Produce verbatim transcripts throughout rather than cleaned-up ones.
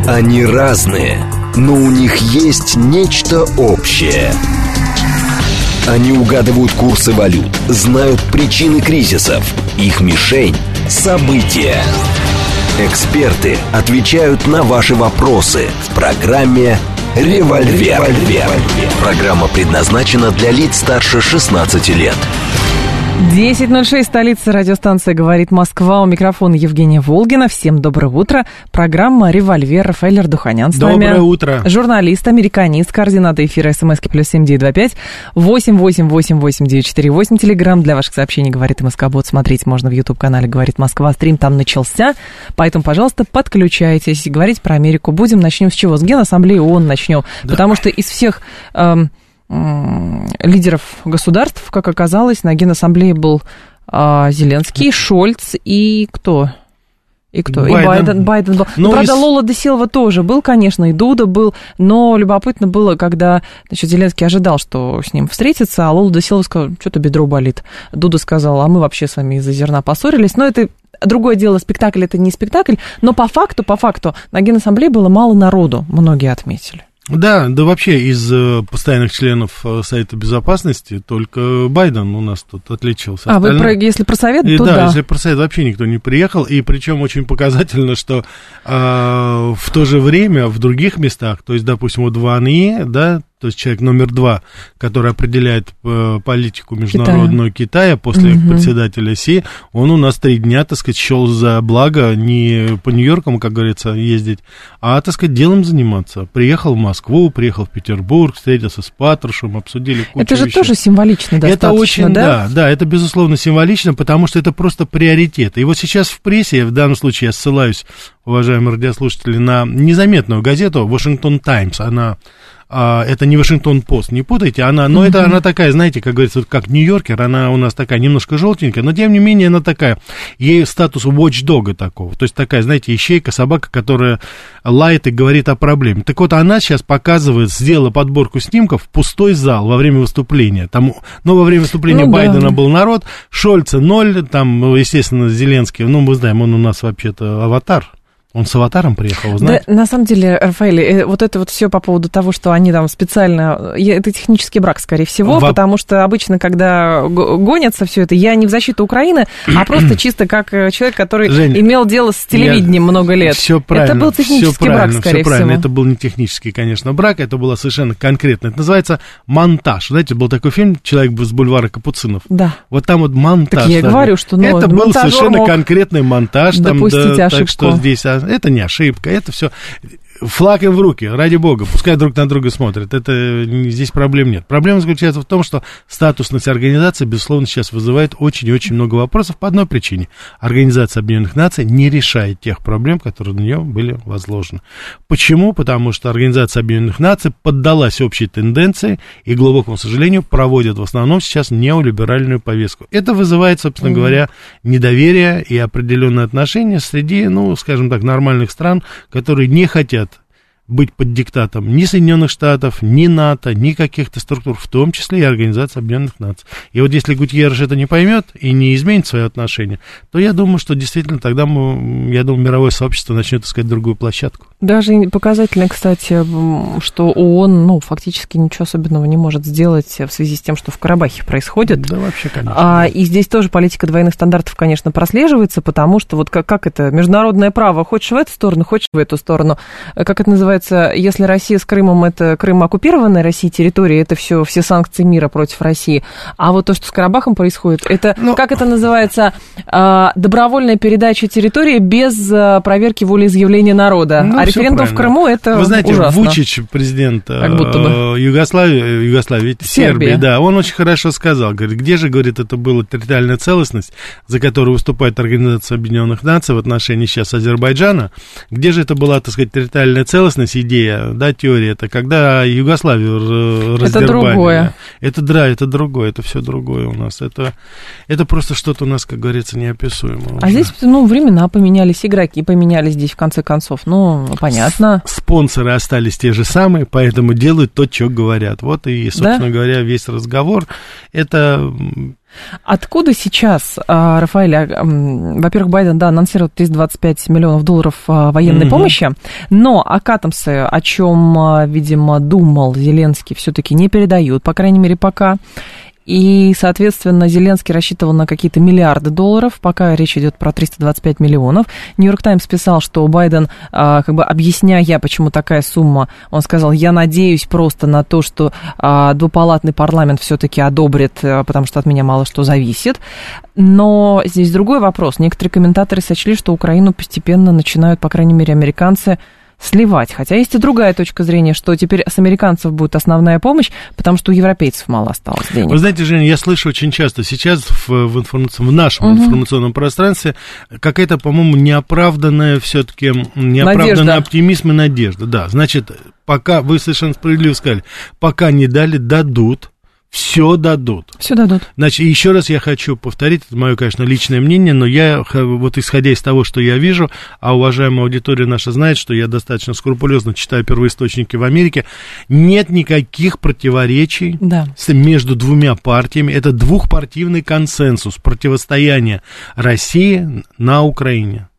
Они разные, но у них есть нечто общее. Они угадывают курсы валют, знают причины кризисов. Их мишень – события. Эксперты отвечают на ваши вопросы в программе «Револьвер». Программа предназначена для лиц старше шестнадцати лет. десять ноль шесть, столица, радиостанция «Говорит Москва». У микрофона Евгения Волгина. Всем доброе утро. Программа «Револьвер». Рафаэль Ардуханян с нами. Доброе утро. Журналист, американист, координатор эфира СМСки плюс семь девять два пять восемь восемь восемь восемь девять четыре восемь. Телеграм для ваших сообщений «Говорит Москва-бот». Смотреть можно в YouTube-канале «Говорит Москва». Стрим там начался, поэтому, пожалуйста, подключайтесь. Говорить про Америку будем. Начнем с чего? С Генассамблеи ООН начнем. Да. Потому что из всех... Эм, лидеров государств, как оказалось, на Генассамблее был а, Зеленский, Шольц и кто? И кто? Байден. И Байден, Байден был. Ну, правда, из... Лола де Силва тоже был, конечно, и Дуда был, но любопытно было, когда, значит, Зеленский ожидал, что с ним встретится, а Лола де Силва сказал, что-то бедро болит. Дуда сказал, а мы вообще с вами из-за зерна поссорились, но это... Другое дело, спектакль это не спектакль, но по факту, по факту, на Генассамблее было мало народу, многие отметили. Да, да вообще из э, постоянных членов э, Совета Безопасности только Байден у нас тут отличился. А, вы про, если про Совет, и, то да. Да, если про Совет вообще никто не приехал, и причем очень показательно, что э, в то же время в других местах, то есть, допустим, вот в АНИ, да, то есть человек номер два, который определяет э, политику международную Китая, Китая после угу. председателя Си, он у нас три дня, так сказать, счел за благо не по Нью-Йоркам, как говорится, ездить, а, так сказать, делом заниматься. Приехал в Москву, приехал в Петербург, встретился с Патрушевым, обсудили кучу Это же вещей. тоже символично достаточно, это очень, да? Да, да, это безусловно символично, потому что это просто приоритет. И вот сейчас в прессе, в данном случае я ссылаюсь, уважаемые радиослушатели, на незаметную газету «Вашингтон Таймс», она... А, это не Вашингтон-Пост, не путайте, она, но mm-hmm. это она такая, знаете, как говорится, вот как Нью-Йоркер, она у нас такая немножко желтенькая, но тем не менее она такая, ей статус watchdog такого, то есть такая, знаете, ищейка, собака, которая лает и говорит о проблеме. Так вот, она сейчас показывает, сделала подборку снимков, пустой зал во время выступления, там, ну, во время выступления ну, Байдена да. был народ, Шольца ноль, там, естественно, Зеленский, ну, мы знаем, он у нас вообще-то аватар. Он с аватаром приехал, знаете? Да, на самом деле, Рафаэль, вот это вот все по поводу того, что они там специально... Это технический брак, скорее всего, Во... потому что обычно, когда гонятся все это, я не в защиту Украины, а просто чисто как человек, который Жень, имел дело с телевидением я... много лет. Все правильно. Это был технический брак, скорее все правильно. всего. Это был не технический, конечно, брак, это было совершенно конкретно. Это называется монтаж. Знаете, был такой фильм «Человек с бульвара Капуцинов». Да. Вот там вот монтаж. Так я да, говорю, что... Ну, это был совершенно конкретный монтаж. Допустить там, да, ошибку. Так что здесь... Это не ошибка, это все флаг им в руки, ради бога, пускай друг на друга смотрят, это, здесь проблем нет. Проблема заключается в том, что статусность организации, безусловно, сейчас вызывает очень и очень много вопросов по одной причине. Организация Объединенных Наций не решает тех проблем, которые на нее были возложены. Почему? Потому что Организация Объединенных Наций поддалась общей тенденции и, к глубокому сожалению, проводит в основном сейчас неолиберальную повестку. Это вызывает, собственно mm-hmm. говоря, недоверие и определенные отношения среди, ну, скажем так, нормальных стран, которые не хотят быть под диктатом ни Соединенных Штатов, ни НАТО, ни каких-то структур, в том числе и Организации Объединенных Наций. И вот если Гутьерреш это не поймет и не изменит свои отношения, то я думаю, что действительно тогда мы, я думаю, мировое сообщество начнет искать другую площадку. Даже показательно, кстати, что ООН, ну, фактически ничего особенного не может сделать в связи с тем, что в Карабахе происходит. Да, вообще, конечно. А, и здесь тоже политика двойных стандартов, конечно, прослеживается, потому что вот как, как это, международное право, хочешь в эту сторону, хочешь в эту сторону, как это называется, если Россия с Крымом, это Крым оккупированная Россией территория, это все, все санкции мира против России. А вот то, что с Карабахом происходит, это, ну, как это называется, добровольная передача территории без проверки волеизъявления народа. Ну, а референдум в Крыму, это ужасно. Вы знаете, ужасно. Вучич, президент Югославии, Югославии, Сербии, да, он очень хорошо сказал, говорит, где же, говорит, это была территориальная целостность, за которую выступает Организация Объединенных Наций в отношении сейчас Азербайджана, где же это была, так сказать, территориальная целостность, идея, да, теория, это когда Югославию раздербанили. Это другое. Это, да, это другое, это все другое у нас. Это, это просто что-то у нас, как говорится, неописуемое. А уже. Здесь, ну, времена поменялись, игроки поменялись здесь, в конце концов, ну, понятно. С- спонсоры остались те же самые, поэтому делают то, что говорят. Вот и, собственно да? говоря, весь разговор, это... Откуда сейчас, Рафаэль, во-первых, Байден, да, анонсировал триста двадцать пять миллионов долларов военной угу. помощи, но атакамсы, о чем, видимо, думал Зеленский, все-таки не передают, по крайней мере, пока. И, соответственно, Зеленский рассчитывал на какие-то миллиарды долларов, пока речь идет про триста двадцать пять миллионов. Нью-Йорк Таймс писал, что Байден, как бы объясняя, почему такая сумма, он сказал, я надеюсь просто на то, что двупалатный парламент все-таки одобрит, потому что от меня мало что зависит. Но здесь другой вопрос. Некоторые комментаторы сочли, что Украину постепенно начинают, по крайней мере, американцы сливать. Хотя есть и другая точка зрения, что теперь с американцев будет основная помощь, потому что у европейцев мало осталось денег. Вы знаете, Женя, я слышу очень часто сейчас в, в, информационном, в нашем угу. информационном пространстве какая-то, по-моему, неоправданная все-таки, неоправданный надежда. Оптимизм и надежда. Да, значит, пока, вы совершенно справедливо сказали, пока не дали, дадут. Все дадут. Все дадут. Значит, еще раз я хочу повторить, это мое, конечно, личное мнение, но я, вот исходя из того, что я вижу, а уважаемая аудитория наша знает, что я достаточно скрупулезно читаю первоисточники в Америке, нет никаких противоречий да. между двумя партиями. Это двухпартийный консенсус противостояния России на Украине.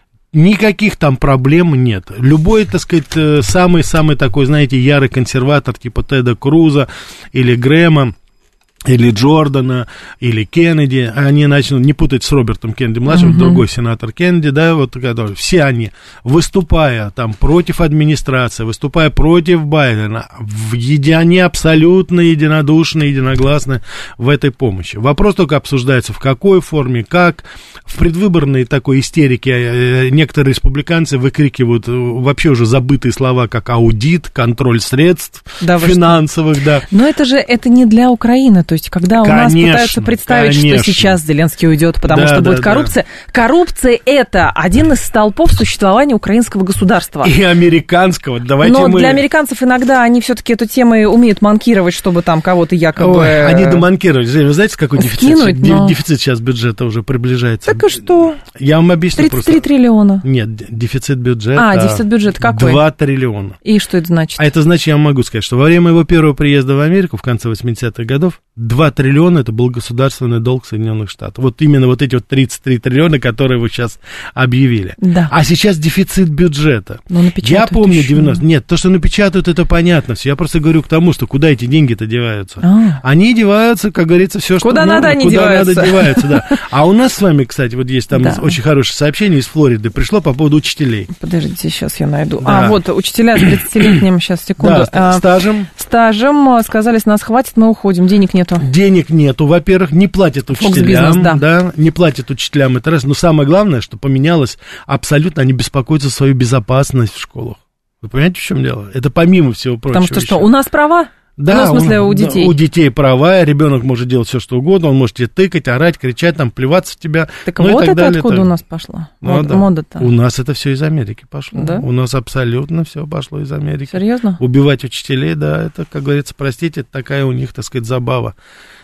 Никаких там проблем нет. Любой, так сказать, самый-самый такой, знаете, ярый консерватор типа Теда Круза или Грэма, или Джордана, или Кеннеди, они начнут, не путать с Робертом Кеннеди-младшим, uh-huh. другой сенатор Кеннеди, да, вот, который, все они, выступая там против администрации, выступая против Байдена, в еди, они абсолютно единодушны, единогласны в этой помощи. Вопрос только обсуждается, в какой форме, как. В предвыборной такой истерике некоторые республиканцы выкрикивают вообще уже забытые слова, как аудит, контроль средств да, финансовых, да. Но это же, это не для Украины. То есть, когда у конечно, нас пытаются представить, конечно. Что сейчас Зеленский уйдет, потому да, что да, будет коррупция. Да. Коррупция – это один из столпов существования украинского государства. И американского. Давайте Но мы... для американцев иногда они все-таки эту тему умеют манкировать, чтобы там кого-то якобы... Ой, они доманкировали. Вы знаете, какой скинуть, дефицит? Но... Дефицит сейчас бюджета уже приближается. Так и что? Я вам объясню тридцать три просто. Триллиона. Нет, дефицит бюджета... А, дефицит бюджета какой? два триллиона. И что это значит? А это значит, я вам могу сказать, что во время моего первого приезда в Америку в конце восьмидесятых годов два триллиона это был государственный долг Соединенных Штатов. Вот именно вот эти вот тридцать три триллиона, которые вы сейчас объявили. Да. А сейчас дефицит бюджета. Но я помню девяностые... Нет, то, что напечатают, это понятно все. Я просто говорю к тому, что куда эти деньги-то деваются. А. Они деваются, как говорится, все, что... Куда надо, они куда деваются. Надо деваются, да. А у нас с вами, кстати, вот есть там да. очень хорошее сообщение из Флориды. Пришло по поводу учителей. Подождите, сейчас я найду. Да. А, вот, учителя с тридцатилетним, сейчас, секунду. Да, стажем. Стажем. Сказали, с нас хватит, мы уходим. Денег нету. Денег нету, во-первых, не платят учителям, да. да, не платят учителям, это раз, но самое главное, что поменялось абсолютно, они беспокоятся за свою безопасность в школах. Вы понимаете, в чем дело? Это помимо всего прочего. Потому что еще. Что, у нас права? Да, ну, в смысле, у, у детей. У детей права, ребенок может делать все, что угодно, он может тебе тыкать, орать, кричать, там, плеваться в тебя. Так ну, вот и так это далее, откуда так. у нас пошло? Ну, Мод, да. Мода-то. У нас это все из Америки пошло. Да? У нас абсолютно все пошло из Америки. Серьезно? Убивать учителей, да, это, как говорится, простите, это такая у них, так сказать, забава.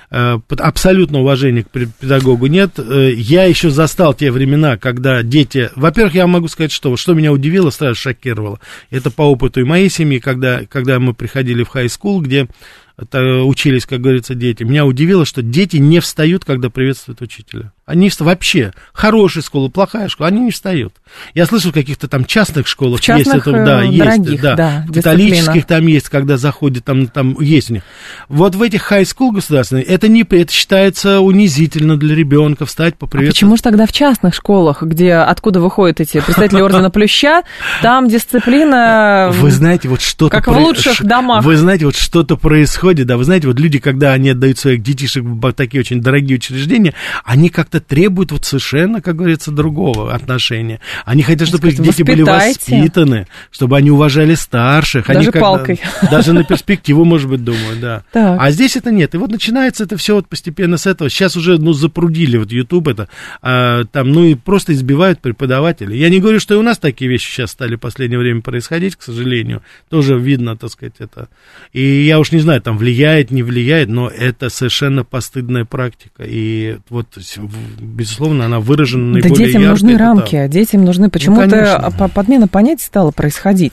Абсолютно уважения к педагогу нет. Я еще застал те времена, когда дети... Во-первых, я могу сказать, что что меня удивило, сразу шокировало. Это по опыту и моей семьи, когда, когда мы приходили в хай-скул, где это, учились, как говорится, дети. Меня удивило, что дети не встают, когда приветствуют учителя. Они вообще, хорошая школа, плохая школа, они не встают. Я слышал, в каких-то там частных школах в частных, есть это, да, дорогих, есть, да, да, в католических там есть, когда заходит, там, там есть у них. Вот в этих хай-скул государственных, это не, это считается унизительно для ребенка встать поприветствовать. А почему же тогда в частных школах, где, откуда выходят эти представители ордена Плюща, там дисциплина... Вы знаете, вот что-то... Как в лучших домах. Вы знаете, вот что-то происходит, да, вы знаете, вот люди, когда они отдают своих детишек в такие очень дорогие учреждения, они как-то требуют вот совершенно, как говорится, другого отношения. Они хотят, чтобы их дети были воспитаны, чтобы они уважали старших. Даже они палкой. Даже на перспективу, может быть, думают, да. Так. А здесь это нет. И вот начинается это все вот постепенно с этого. Сейчас уже, ну, запрудили вот YouTube это, а, там, ну, и просто избивают преподавателей. Я не говорю, что и у нас такие вещи сейчас стали в последнее время происходить, к сожалению. Тоже видно, так сказать, это. И я уж не знаю, там, влияет, не влияет, но это совершенно постыдная практика. И вот, безусловно, она выражена наиболее ярко. Да детям нужны это, рамки, да. детям нужны... Почему-то ну, подмена понятий стала происходить.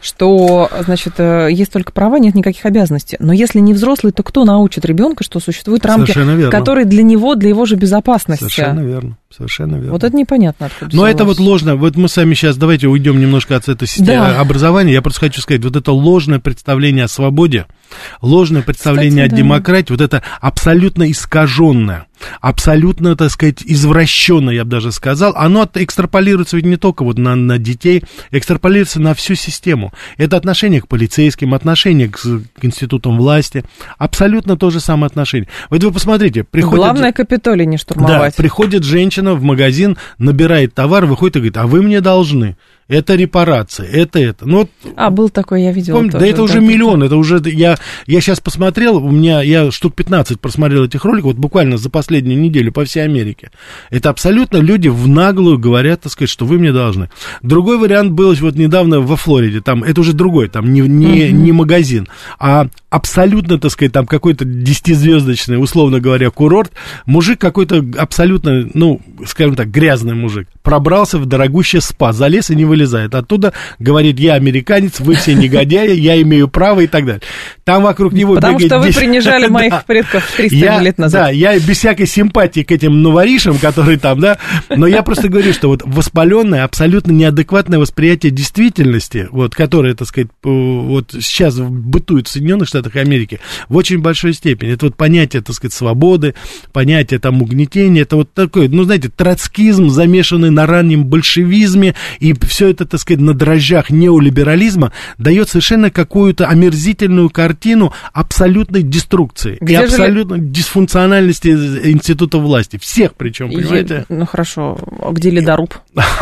что, значит, есть только права, нет никаких обязанностей. Но если не взрослый, то кто научит ребенка, что существуют рамки, которые для него, для его же безопасности? Совершенно верно. Совершенно верно. Вот это непонятно, откуда Но взялось. это вот ложно. Вот мы с вами сейчас, давайте уйдем немножко от этой системы да. образования. Я просто хочу сказать, вот это ложное представление о свободе, ложное представление Кстати, о да. демократии, вот это абсолютно искаженное, абсолютно, так сказать, извращенное, я бы даже сказал, оно экстраполируется ведь не только вот на, на детей, экстраполируется на всю систему. Это отношение к полицейским, отношение к, к институтам власти, абсолютно то же самое отношение. Вот вы посмотрите, приходит... Главное, Капитолий не штурмовать. Да, приходит женщина в магазин, набирает товар, выходит и говорит, а вы мне должны. Это репарация, это это. Ну, вот, а, был такой, я видел. Помните, тоже, да это да, уже да, миллион, да. это уже, я, я сейчас посмотрел, у меня, я штук пятнадцать просмотрел этих роликов, вот буквально за последнюю неделю по всей Америке. Это абсолютно люди в наглую говорят, так сказать, что вы мне должны. Другой вариант был вот недавно во Флориде, там, это уже другой, там не, не, не магазин, а абсолютно, так сказать, там какой-то десятизвездочный, условно говоря, курорт, мужик какой-то абсолютно, ну, скажем так, грязный мужик, пробрался в дорогущее спа, залез и не вылезает оттуда, говорит, я американец, вы все негодяи, я имею право и так далее. Там вокруг него Потому бегает что вы десять... принижали моих да. предков триста я, лет назад. Да, я без всякой симпатии к этим новоришам, которые там, да, но я просто говорю, что вот воспаленное, абсолютно неадекватное восприятие действительности, вот, которое, так сказать, вот сейчас бытует в Соединенных Штатах Америки, в очень большой степени. Это вот понятие, так сказать, свободы, понятие там угнетения, это вот такой, ну, знаете, троцкизм, замешанный на раннем большевизме, и все это, так сказать, на дрожжах неолиберализма дает совершенно какую-то омерзительную картину абсолютной деструкции Где и абсолютной ли... дисфункциональности института власти. Всех причем, понимаете? Е... Ну, хорошо. А где ледоруб?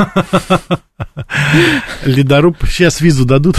Ледоруб сейчас визу дадут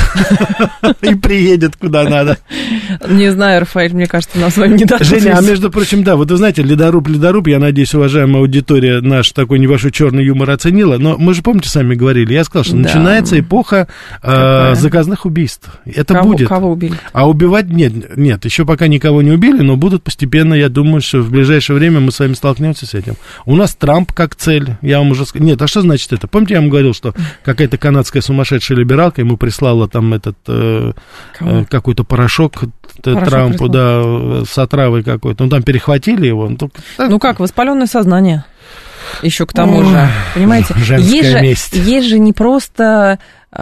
и приедет куда надо. Не знаю, Рафаэль, мне кажется, нас с вами не дадут. Женя, а между прочим, да, вот вы знаете, ледоруб, ледоруб, я надеюсь, уважаемая аудитория наш такой небольшой черный юмор оценила, но мы же, помните, сами говорили, я сказал, что да. начинается эпоха э, заказных убийств. Это кого, будет. Кого убили? А убивать нет, нет, еще пока никого не убили, но будут постепенно, я думаю, что в ближайшее время мы с вами столкнемся с этим. У нас Трамп как цель, я вам уже сказал. Нет, а что значит это? Помните, я вам говорил, что какая-то канадская сумасшедшая либералка ему прислала там этот э, э, какой-то порошок, порошок Трампу, прислал. Да, с отравой какой-то. Ну, там перехватили его. Ну, только, так... ну как, воспаленное сознание. Еще к тому Ой, же, понимаете, есть же, есть же не просто,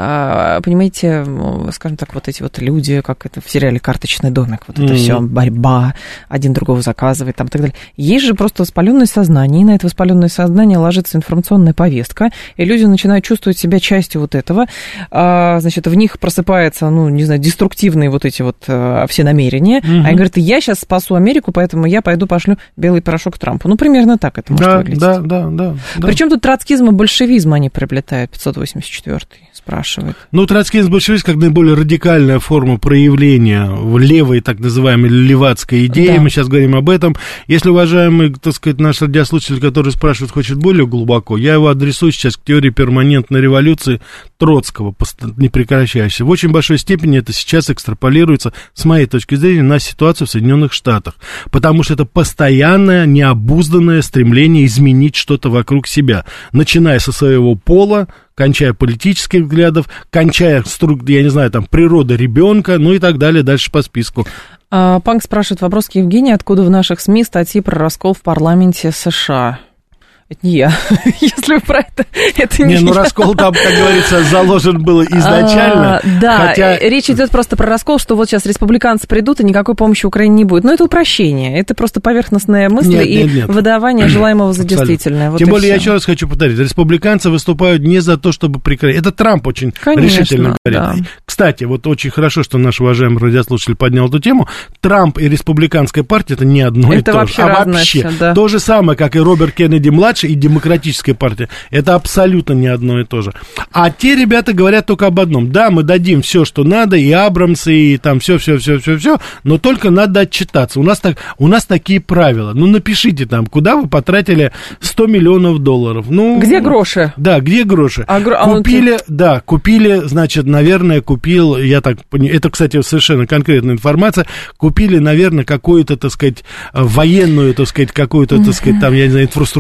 понимаете, скажем так, вот эти вот люди, как это в сериале «Карточный домик», вот это mm. все борьба, один другого заказывает там и так далее. Есть же просто воспаленное сознание, и на это воспаленное сознание ложится информационная повестка, и люди начинают чувствовать себя частью вот этого, значит, в них просыпаются, ну, не знаю, деструктивные вот эти вот все намерения, mm-hmm. а они говорят, я сейчас спасу Америку, поэтому я пойду пошлю белый порошок Трампу. Ну, примерно так это может да, выглядеть. Да, да, да. да. Причем тут троцкизм и большевизм они приобретают, пятьсот восемьдесят четвёртый спрашивает. Ну, троцкизм и большевизм как наиболее радикальная форма проявления левой, так называемой, левацкой идеи, да. мы сейчас говорим об этом. Если, уважаемый, так сказать, наш радиослушатель, который спрашивает, хочет более глубоко, я его адресую сейчас к теории перманентной революции Троцкого, непрекращающейся. В очень большой степени это сейчас экстраполируется, с моей точки зрения, на ситуацию в Соединенных Штатах, потому что это постоянное, необузданное стремление изменить что-то вокруг себя, начиная со своего пола, кончая политических взглядов, кончая, я не знаю, там, природа ребенка, ну и так далее, дальше по списку. А, Панк спрашивает, вопрос к Евгении, откуда в наших СМИ статьи про раскол в парламенте США? Это не я, если вы про это, это не, не ну я. Раскол там, как говорится, заложен был изначально. А, да, хотя... речь идет просто про раскол, что вот сейчас республиканцы придут, и никакой помощи Украине не будет. Но это упрощение, это просто поверхностная мысль нет, и нет, нет. выдавание желаемого за действительное. Вот Тем более, все. я еще раз хочу повторить, республиканцы выступают не за то, чтобы прекратить. Это Трамп очень Конечно, решительно говорит. Да. Кстати, вот очень хорошо, что наш уважаемый радиослушатель поднял эту тему. Трамп и республиканская партия — это не одно это и то вообще же. А вообще все, да. то же самое, как и Роберт Кеннеди-младший и демократическая партия. Это абсолютно не одно и то же. А те ребята говорят только об одном. Да, мы дадим все, что надо, и Абрамсы, и там все-все-все-все-все, но только надо отчитаться. У нас, так, у нас такие правила. Ну, напишите там, куда вы потратили сто миллионов долларов. Ну, где гроши? Да, где гроши? А, купили, а он... да, купили, значит, наверное, купил, я так понимаю, это, кстати, совершенно конкретная информация, купили, наверное, какую-то, так сказать, военную, так сказать, какую-то, так сказать, там, я не знаю, инфраструктуру в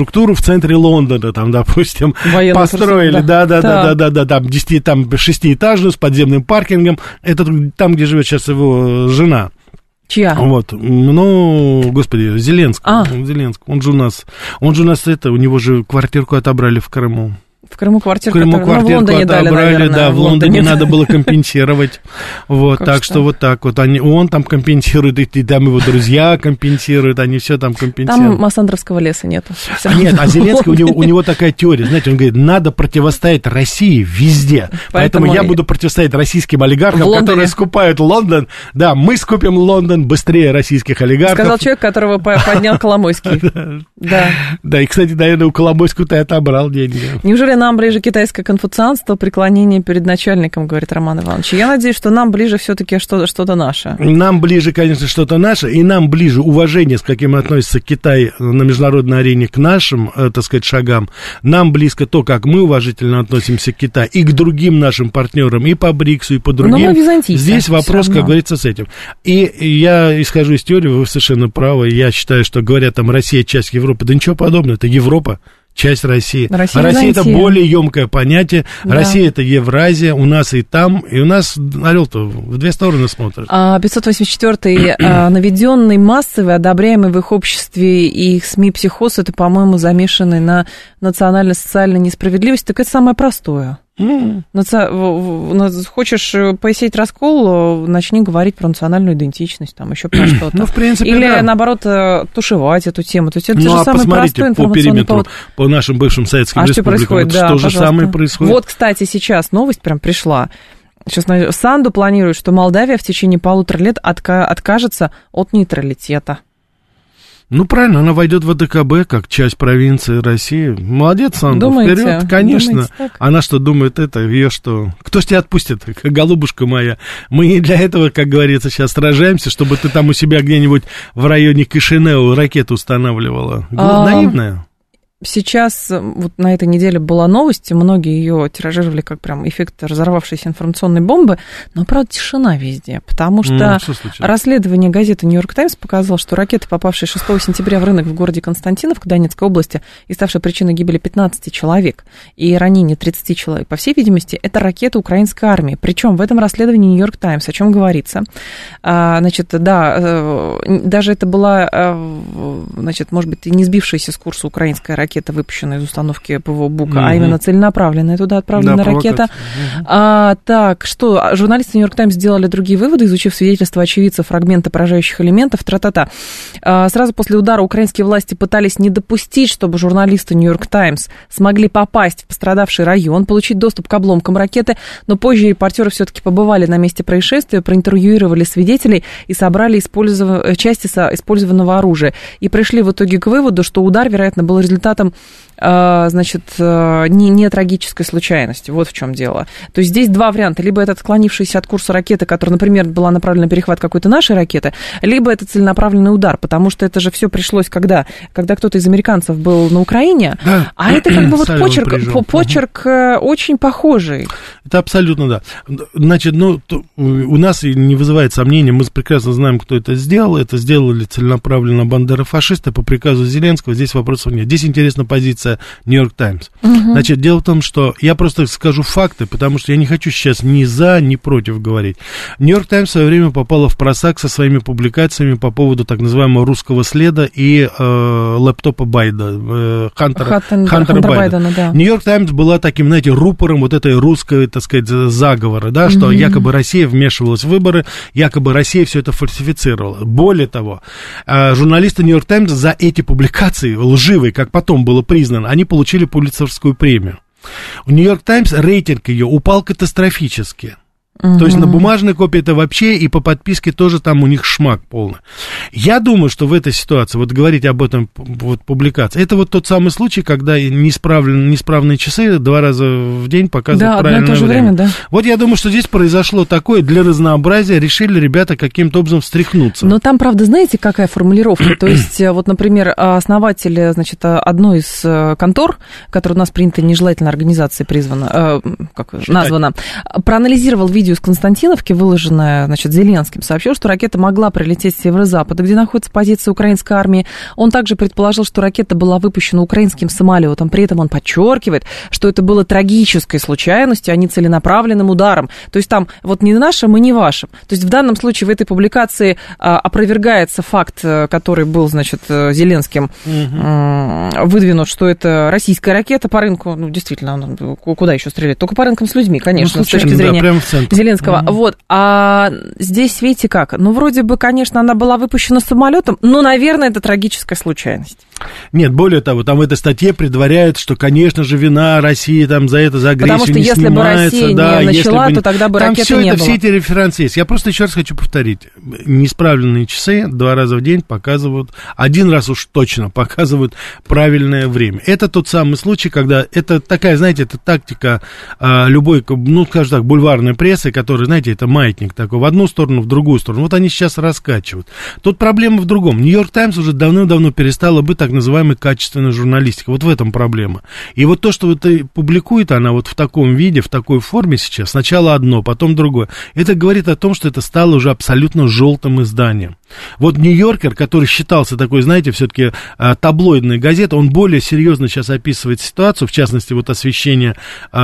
центре Лондона, там, допустим, военный построили, да-да-да-да-да, там, десяти, там шестиэтажную с подземным паркингом, это там, где живет сейчас его жена. Чья? Вот, ну, господи, Зеленский, а. Зеленский, он же у нас, он же у нас это, у него же квартирку отобрали в Крыму. В Крыму квартирку, в Крыму квартирку ну, в Лондоне отобрали, дали, наверное, да, в Лондоне, Лондоне надо было компенсировать. Вот, как так что? что вот так вот. Они, он там компенсирует, и, и там его друзья компенсируют, они все там компенсируют. Там Массандровского леса нету. А нет, а Зеленский, у него, у него такая теория, знаете, он говорит, надо противостоять России везде. Поэтому, Поэтому я буду противостоять российским олигархам, которые скупают Лондон. Да, мы скупим Лондон быстрее российских олигархов. Сказал человек, которого поднял Коломойский. Да. Да, и, кстати, наверное, у Коломойского ты отобрал деньги. Неужели нам ближе китайское конфуцианство, преклонение перед начальником, говорит Роман Иванович. Я надеюсь, что нам ближе все-таки что-то, что-то наше. Нам ближе, конечно, что-то наше, и нам ближе уважение, с каким относится Китай на международной арене к нашим, так сказать, шагам. Нам близко то, как мы уважительно относимся к Китаю и к другим нашим партнерам, и по БРИКСу, и по другим. Но мы византийцы. Здесь вопрос, как говорится, с этим. И я исхожу из теории, вы совершенно правы, я считаю, что говорят там Россия часть Европы, да ничего подобного, это Европа. Часть России. Россия, Россия это более емкое понятие. Да. Россия это Евразия, у нас и там, и у нас орел-то в две стороны смотрит. А пятьсот восемьдесят четвёртый наведенный массовый, одобряемый в их обществе и их СМИ психоз, это, по-моему, замешанный на национально-социальной несправедливости. Так это самое простое. Mm. Наци... Хочешь посеять раскол, начни говорить про национальную идентичность, там еще про что-то. Ну, в принципе, Или, да. наоборот, тушевать эту тему. То есть это ну, же а самый посмотрите, простой по периметру, повод. по нашим бывшим советским а республикам, что происходит? Это Да, то же пожалуйста. самое происходит. Вот, кстати, сейчас новость прям пришла. Сейчас Санду планирует, что Молдавия в течение полутора лет отка- откажется от нейтралитета. Ну, правильно, она войдет в АДКБ как часть провинции России. Молодец, Санду, Думаете? вперед, конечно. Думаете так? Она что думает это, ее что? Кто ж тебя отпустит, голубушка моя? Мы не для этого, как говорится, сейчас сражаемся, чтобы ты там у себя где-нибудь в районе Кишинеу ракету устанавливала. А... Наивная. Сейчас, вот на этой неделе была новость, и многие ее тиражировали как прям эффект разорвавшейся информационной бомбы, но, правда, тишина везде, потому что ну, расследование газеты «Нью-Йорк Таймс» показало, что ракета, попавшая шестого сентября в рынок в городе Константиновка Донецкой области и ставшая причиной гибели пятнадцати человек и ранения тридцати человек, по всей видимости, это ракета украинской армии. Причем в этом расследовании «Нью-Йорк Таймс», о чем говорится, а, значит, да, даже это была, значит, может быть, не сбившаяся с курса украинская ракета, ракета, выпущенная из установки ПВО «Бука», mm-hmm. а именно целенаправленная туда отправленная да, ракета. Mm-hmm. А, так, что, журналисты «Нью-Йорк Таймс» сделали другие выводы, изучив свидетельства очевидцев, фрагменты поражающих элементов, тра-та-та. А, сразу после удара украинские власти пытались не допустить, чтобы журналисты «Нью-Йорк Таймс» смогли попасть в пострадавший район, получить доступ к обломкам ракеты, но позже репортеры все-таки побывали на месте происшествия, проинтервьюировали свидетелей и собрали использов... части использованного оружия. И пришли в итоге к выводу, что удар, вероятно, был результатом значит, не, не трагической случайности. Вот в чем дело. То есть здесь два варианта. Либо это отклонившаяся от курса ракеты, которая, например, была направлена на перехват какой-то нашей ракеты, либо это целенаправленный удар, потому что это же все пришлось, когда, когда кто-то из американцев был на Украине, да. А это как бы вот почерк, почерк угу. очень похожий. Это абсолютно да. Значит, ну, у нас не вызывает сомнений, мы прекрасно знаем, кто это сделал. Это сделали целенаправленно бандерофашисты по приказу Зеленского. Здесь вопросов нет. Здесь интересна позиция «Нью-Йорк Таймс». Угу. Значит, дело в том, что я просто скажу факты, потому что я не хочу сейчас ни за, ни против говорить. «Нью-Йорк Таймс» в свое время попала в просак со своими публикациями по поводу так называемого русского следа и э, лэптопа Байда, э, Хантера, Хантер, Хантера Байда. Байдена, да. «Нью-Йорк Таймс» была таким, знаете, рупором вот этой русской, так сказать, заговора, да, что угу. якобы Россия вмешивалась в выборы, якобы Россия все это фальсифицировала. Более того, э, журналисты «Нью-Йорк Таймс» за эти публикации, лживые, как потом было признано, они получили Пулитцеровскую премию. У «Нью-Йорк Таймс» рейтинг ее упал катастрофически. Uh-huh. То есть на бумажной копии это вообще, и по подписке тоже там у них шмак полный. Я думаю, что в этой ситуации, вот говорить об этом вот, публикации, это вот тот самый случай, когда неисправные часы два раза в день показывают да, правильное время. время да. Вот я думаю, что здесь произошло такое, для разнообразия решили ребята каким-то образом встряхнуться. Но там, правда, знаете, какая формулировка? То есть, вот, например, основатель, значит, одной из контор, которая у нас принята нежелательной организацией призвана, как названа, проанализировал видео видео из Константиновки, выложенное, значит, Зеленским, сообщил, что ракета могла прилететь с северо-запада, где находится позиция украинской армии. Он также предположил, что ракета была выпущена украинским самолетом. При этом он подчеркивает, что это было трагической случайностью, а не целенаправленным ударом. То есть там вот не нашим и не вашим. То есть в данном случае в этой публикации а, опровергается факт, который был, значит, Зеленским угу. выдвинут, что это российская ракета по рынку. Ну, действительно, куда еще стрелять? Только по рынкам с людьми, конечно, ну, случайно, с точки зрения да, Зеленского. Угу. Вот. А здесь, видите как, ну, вроде бы, конечно, она была выпущена самолетом, но, наверное, это трагическая случайность. Нет, более того, там в этой статье предваряют, что, конечно же, вина России там за это, за агрессию Потому что не если снимается. бы Россия да, не начала, бы... то тогда бы там ракеты все не это, было. Все эти референсы есть. Я просто еще раз хочу повторить. Неисправленные часы два раза в день показывают, один раз уж точно показывают правильное время. Это тот самый случай, когда это такая, знаете, это тактика а, любой, ну, скажем так, бульварной прессы, которая, знаете, это маятник такой, в одну сторону, в другую сторону. Вот они сейчас раскачивают. Тут проблема в другом. Нью-Йорк Таймс уже давным-давно перестала быть так называемой качественной журналистикой. Вот в этом проблема. И вот то, что вот и публикует она вот в таком виде, в такой форме сейчас, сначала одно, потом другое, это говорит о том, что это стало уже абсолютно желтым изданием. Вот Нью-Йоркер, который считался такой, знаете, все-таки таблоидной газетой, он более серьезно сейчас описывает ситуацию, в частности, вот освещение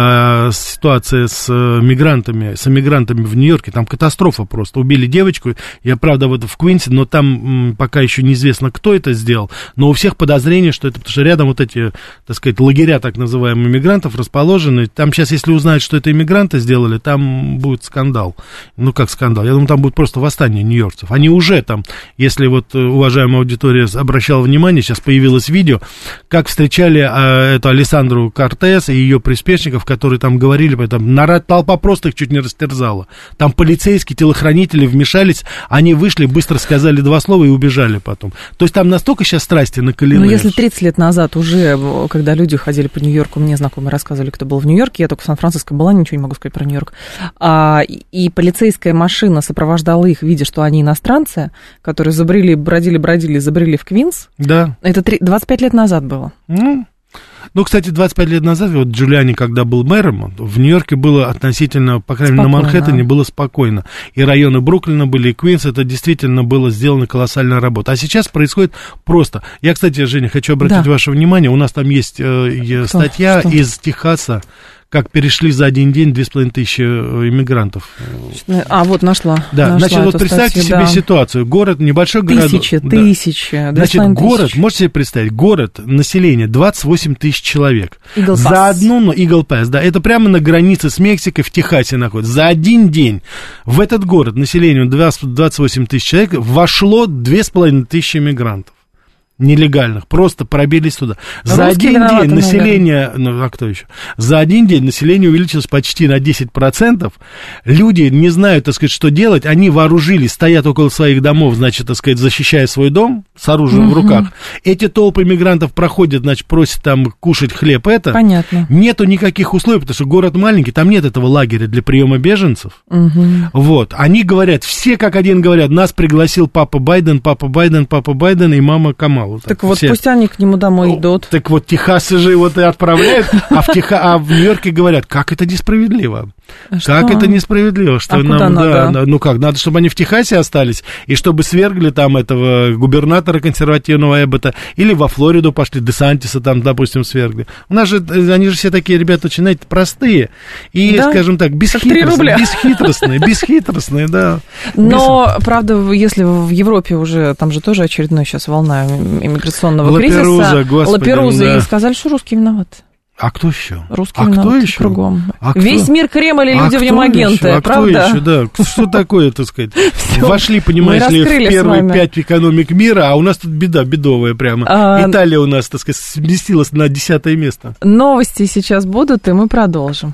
э, ситуации с мигрантами, с эмигрантами в Нью-Йорке, там катастрофа просто, убили девочку, я, правда, вот в Квинсе, но там м, пока еще неизвестно, кто это сделал, но у всех подозрение, что это, потому что рядом вот эти, так сказать, лагеря так называемых иммигрантов расположены, там сейчас, если узнают, что это иммигранты сделали, там будет скандал, ну как скандал, я думаю, там будет просто восстание нью-йоркцев, они уже там, если вот уважаемая аудитория обращала внимание, сейчас появилось видео, как встречали а, эту Алессандру Кортес и ее приспешников, которые там говорили, там, народ, толпа просто их чуть не растерзала, там полицейские, телохранители вмешались, они вышли, быстро сказали два слова и убежали потом, то есть там настолько сейчас страсти накалены. Ну, если тридцать лет назад уже, когда люди ходили по Нью-Йорку, мне знакомые рассказывали, кто был в Нью-Йорке, я только в Сан-Франциско была, ничего не могу сказать про Нью-Йорк, а, и полицейская машина сопровождала их, видя, что они иностранцы, которые забрели, бродили, бродили, забрели в Квинс. Да. Это двадцать пять лет назад было. Mm. Ну, кстати, двадцать пять лет назад, вот Джулиани, когда был мэром, в Нью-Йорке было относительно, по крайней мере, на Манхэттене было спокойно. И районы Бруклина были, и Квинс, это действительно было сделано колоссальная работа. А сейчас происходит просто. Я, кстати, Женя, хочу обратить да. ваше внимание, у нас там есть э, статья Что? из Техаса, как перешли за один день две с половиной тысячи иммигрантов. А, вот нашла. Да, нашла значит, вот представьте статью, себе да. ситуацию. Город, небольшой город. Тысячи, да. тысячи. Значит, город, можете себе представить, город, население двадцать восемь тысяч человек. Eagle Pass. За одну, ну, Eagle Pass, да, это прямо на границе с Мексикой в Техасе находится. За один день в этот город населением двадцать восемь тысяч человек вошло две с половиной тысячи иммигрантов. Нелегальных, просто пробились туда. За Русские один день население, ну, а кто еще? За один день население увеличилось почти на десять процентов. Люди не знают, так сказать, что делать. Они вооружились, стоят около своих домов, значит, так сказать, защищая свой дом с оружием угу. в руках. Эти толпы мигрантов проходят, значит, просят там кушать хлеб. Это понятно. Нету никаких условий, потому что город маленький, там нет этого лагеря для приема беженцев. Угу. Вот. Они говорят, все как один говорят, нас пригласил папа Байден, папа Байден, папа Байден и мама Камала. Вот так, так вот, все. Пусть они к нему домой идут. Так вот, Техасы же его и отправляют, а в, Теха... а в Нью-Йорке говорят, как это несправедливо. Что? Как это несправедливо, что а нам, да, да, ну как, надо, чтобы они в Техасе остались, и чтобы свергли там этого губернатора консервативного Эббота, или во Флориду пошли, Десантиса там, допустим, свергли. У нас же, они же все такие ребята очень, знаете, простые, и, да? скажем так, бесхитростные, бесхитростные, бесхитростные, да. Но, Без... правда, если в Европе уже, там же тоже очередная сейчас волна иммиграционного Лаперуза, кризиса, господи, Лаперуза, да. и сказали, что русские виноваты. А кто еще? Русские а кто еще? Кругом. А Весь кто? мир Кремль и люди а в нем агенты, еще? А правда? Кто еще, да? Что такое, так сказать? Вошли, понимаешь ли, в первые пять экономик мира, а у нас тут беда бедовая прямо. А... Италия у нас, так сказать, сместилась на десятое место. Новости сейчас будут, и мы продолжим.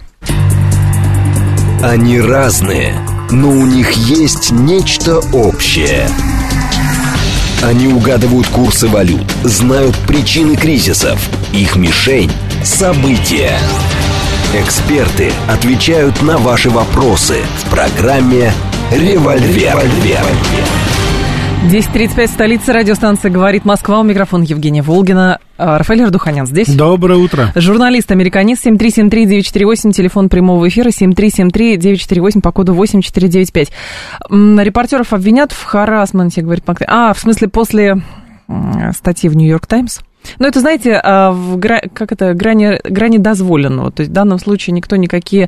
Они разные, но у них есть нечто общее. Они угадывают курсы валют, знают причины кризисов. Их мишень – события. Эксперты отвечают на ваши вопросы в программе «Револьвер». десять тридцать пять, столица, радиостанция «Говорит Москва». У микрофона Евгения Волгина. Рафаэль Ардуханян здесь. Доброе утро. Журналист-американист. Семь три семь три девять четыре восемь, телефон прямого эфира. Семь три семь три девять четыре восемь по коду восемь четыре девять пять. Репортеров обвинят в харассменте, говорит Мак... А, в смысле, после статьи в «Нью-Йорк Таймс». Ну, это, знаете, в гра... как это, грани... грани дозволенного. То есть в данном случае никто никакие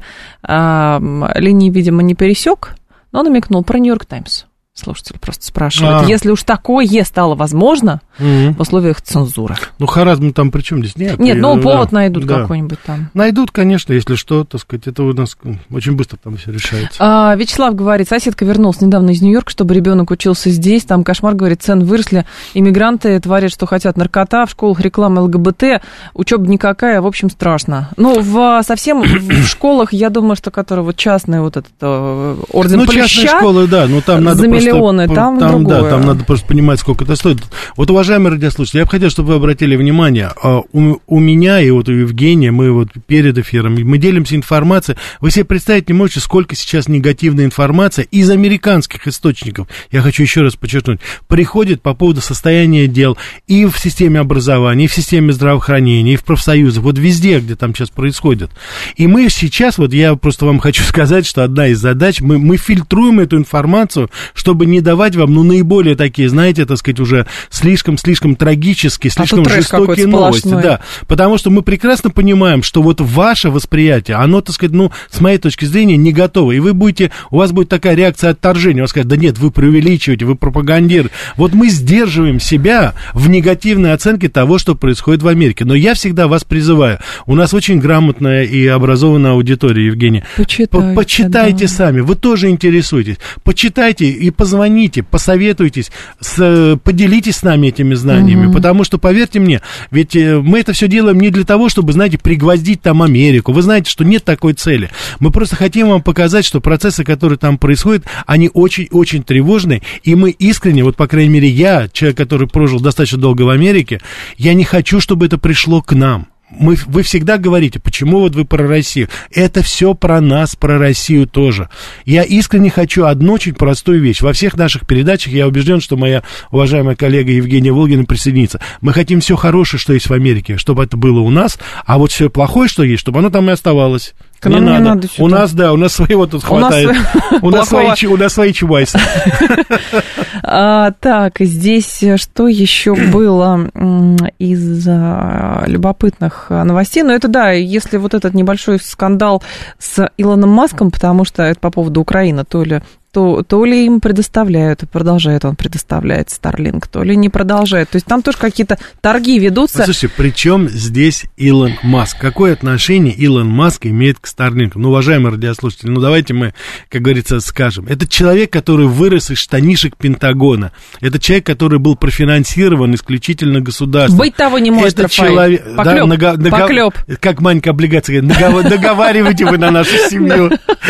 а, линии, видимо, не пересек, но намекнул про «Нью-Йорк Таймс». Слушатель просто спрашивает, а. если уж такое стало возможно угу. в условиях цензуры. Ну, харазм там при чем здесь? Нет, Нет, ну, повод да, найдут да. какой-нибудь там. Найдут, конечно, если что, так сказать, это у нас очень быстро там все решается. А, Вячеслав говорит, соседка вернулась недавно из Нью-Йорка, чтобы ребенок учился здесь, там кошмар, говорит, цены выросли, иммигранты творят, что хотят, наркота, в школах реклама ЛГБТ, учеба никакая, в общем, страшно. Ну, в, совсем в школах, я думаю, что которые вот частные, вот этот орден ну, Плюща, частные школы, да, но там надо просто... Миллионы, там, там другое. Да, там надо просто понимать, сколько это стоит. Вот, уважаемые радиослушатели, я бы хотел, чтобы вы обратили внимание, у, у меня и вот у Евгения, мы вот перед эфиром, мы делимся информацией, вы себе представить не можете, сколько сейчас негативной информации из американских источников, я хочу еще раз подчеркнуть, приходит по поводу состояния дел и в системе образования, и в системе здравоохранения, и в профсоюзах, вот везде, где там сейчас происходит. И мы сейчас, вот я просто вам хочу сказать, что одна из задач, мы, мы фильтруем эту информацию, чтобы не давать вам, ну, наиболее такие, знаете, так сказать, уже слишком-слишком трагические, слишком а жестокие новости, да, потому что мы прекрасно понимаем, что вот ваше восприятие, оно, так сказать, ну, с моей точки зрения, не готово, и вы будете, у вас будет такая реакция отторжения, вас скажут, да нет, вы преувеличиваете, вы пропагандируете, вот мы сдерживаем себя в негативной оценке того, что происходит в Америке, но я всегда вас призываю, у нас очень грамотная и образованная аудитория, Евгения, почитайте, почитайте да. сами, вы тоже интересуетесь, почитайте и позвоните, посоветуйтесь, с, поделитесь с нами этими знаниями, угу. потому что, поверьте мне, ведь мы это все делаем не для того, чтобы, знаете, пригвоздить там Америку, вы знаете, что нет такой цели, мы просто хотим вам показать, что процессы, которые там происходят, они очень-очень тревожные, и мы искренне, вот, по крайней мере, я, человек, который прожил достаточно долго в Америке, я не хочу, чтобы это пришло к нам. Мы, вы всегда говорите, почему вот вы про Россию. Это все про нас, про Россию тоже. Я искренне хочу одну очень простую вещь. Во всех наших передачах я убежден, что моя уважаемая коллега Евгения Волгина присоединится. Мы хотим все хорошее, что есть в Америке, чтобы это было у нас, а вот все плохое, что есть, чтобы оно там и оставалось. К нам не надо. надо у нас, да, у нас своего тут хватает. У нас свои чубайсы. Так, здесь что еще было из любопытных новостей? Ну, это да, если вот этот небольшой скандал с Илоном Маском, потому что это по поводу Украины, то ли То, то ли им предоставляют, и продолжает он предоставлять Starlink, то ли не продолжает. То есть там тоже какие-то торги ведутся. Слушайте, при чем здесь Илон Маск? Какое отношение Илон Маск имеет к Starlink? Ну, уважаемые радиослушатели, ну давайте мы, как говорится, скажем. Это человек, который вырос из штанишек Пентагона. Это человек, который был профинансирован исключительно государством. Быть того не может, это Рафаэль. Человек, Поклёп, да, нага, нага, поклёп. Как Манька облигация говорит, договаривайте вы на нашу семью.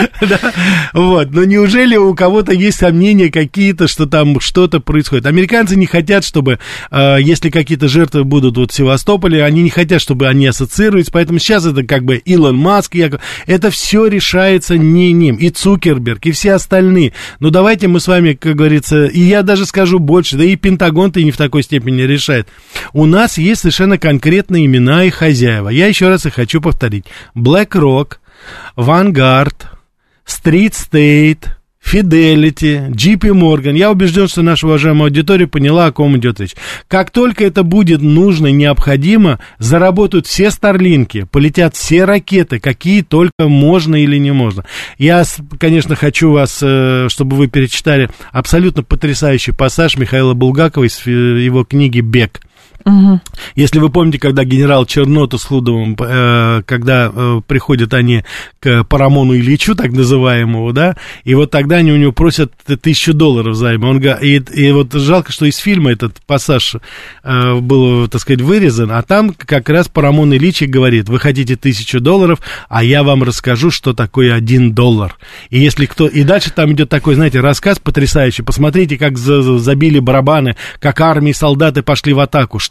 Вот, но неужели у кого-то есть сомнения какие-то, что там что-то происходит. Американцы не хотят, чтобы, э, если какие-то жертвы будут вот в Севастополе, они не хотят, чтобы они ассоциировались, поэтому сейчас это как бы Илон Маск, Яков, это все решается не ним, и Цукерберг, и все остальные. Но давайте мы с вами, как говорится, и я даже скажу больше, да и Пентагон-то и не в такой степени решает. У нас есть совершенно конкретные имена и хозяева. Я еще раз их хочу повторить. BlackRock, Vanguard, Street State, Fidelity, джей пи Morgan. Я убежден, что наша уважаемая аудитория поняла, о ком идет речь. Как только это будет нужно, необходимо, заработают все старлинки, полетят все ракеты, какие только можно или не можно. Я, конечно, хочу вас, чтобы вы перечитали абсолютно потрясающий пассаж Михаила Булгакова из его книги «Бег». Угу. Если вы помните, когда генерал Чернота с Хлудовым, э, когда э, приходят они к Парамону Ильичу, так называемому, да, и вот тогда они у него просят тысячу долларов займа. Он, и, и вот жалко, что из фильма этот пассаж э, был, так сказать, вырезан, а там как раз Парамон Ильич говорит: вы хотите тысячу долларов, а я вам расскажу, что такое один доллар. И если кто... И дальше там идет такой, знаете, рассказ потрясающий. Посмотрите, как за, забили барабаны, как армии, солдаты пошли в атаку. Что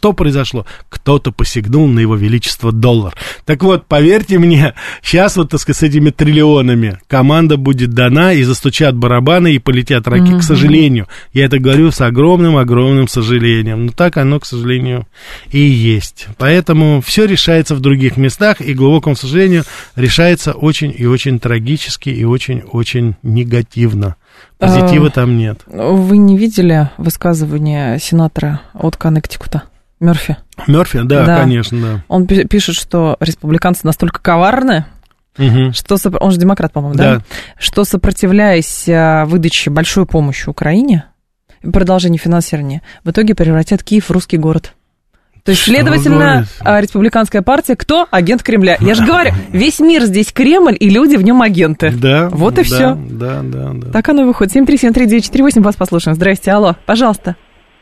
что произошло? Кто-то посягнул на его величество доллар. Так вот, поверьте мне, сейчас вот, так сказать, с этими триллионами команда будет дана, и застучат барабаны, и полетят ракеты, mm-hmm. к сожалению. Я это говорю с огромным-огромным сожалением. Но так оно, к сожалению, и есть. Поэтому все решается в других местах, и, к глубокому сожалению, решается очень и очень трагически, и очень-очень негативно. Позитива а, там нет. Вы не видели высказывание сенатора от Коннектикута, Мерфи? Мерфи, да, да, конечно, да. Он пишет, что республиканцы настолько коварны, угу. что, он же демократ, по-моему, да? да? Что, сопротивляясь выдаче большой помощи Украине, продолжению финансирования, в итоге превратят Киев в русский город. То есть, следовательно, республиканская партия, кто? Агент Кремля. Я же говорю, весь мир здесь Кремль, и люди в нем агенты. Да. Вот и да, все. Да, да, да. Так оно и выходит. семь три семь три девять четыре восемь, вас послушаем. Здрасте, алло, пожалуйста.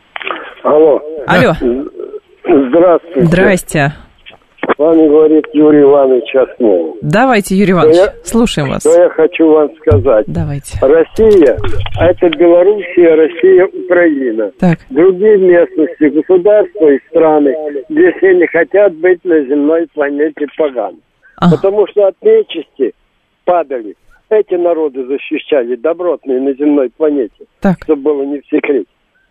Алло. Алло. Здравствуйте. Здрасте. С вами говорит Юрий Иванович Основ. Давайте, Юрий Иванович, я, слушаем вас. Что я хочу вам сказать. Давайте. Россия, это Белоруссия, Россия, Украина. Так. Другие местности, государства и страны, где все не хотят быть на земной планете погано. Ага. Потому что от нечисти падали. Эти народы защищали добротные на земной планете. Так. Чтобы было не в секрете.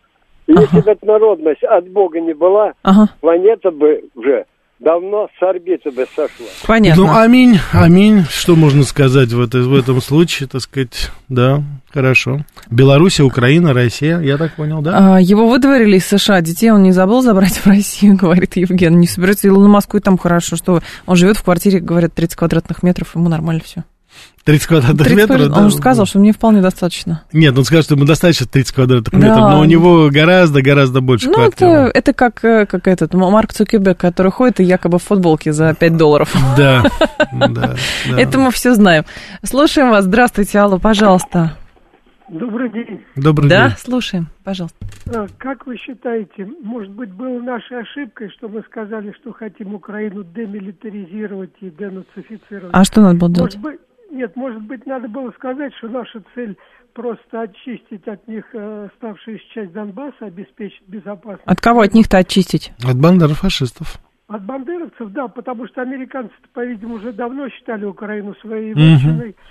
Если ага. бы эта народность от Бога не была, ага. планета бы уже... давно с орбиты бы сошла. Понятно. Ну, аминь, аминь. Что можно сказать в, это, в этом случае, так сказать, да, хорошо. Белоруссия, Украина, Россия, я так понял, да? А, его выдворили из США, детей он не забыл забрать в Россию, говорит Евген. Не соберется на Москву, и там хорошо, что он живет в квартире, говорят, тридцать квадратных метров, ему нормально все. тридцать квадратных тридцать метров? Он да? уже сказал, что мне вполне достаточно. Нет, он скажет, что ему достаточно тридцать квадратных да. метров, но у него гораздо-гораздо больше ну, квартир. Это, это как, как этот Марк Цукерберг, который ходит и якобы в футболке за пять долларов. Да, да. Это мы все знаем. Слушаем вас. Здравствуйте, алло, пожалуйста. Добрый день. Добрый да, день. Да, слушаем, пожалуйста. Как вы считаете, может быть, было нашей ошибкой, что мы сказали, что хотим Украину демилитаризировать и денацифицировать? А что надо было делать? Может быть, нет, может быть, надо было сказать, что наша цель просто очистить от них э, оставшуюся часть Донбасса, обеспечить безопасность. От кого от них-то очистить? От бандерофашистов. От бандеровцев, да, потому что американцы, по-видимому, уже давно считали Украину своей вотчиной. Угу.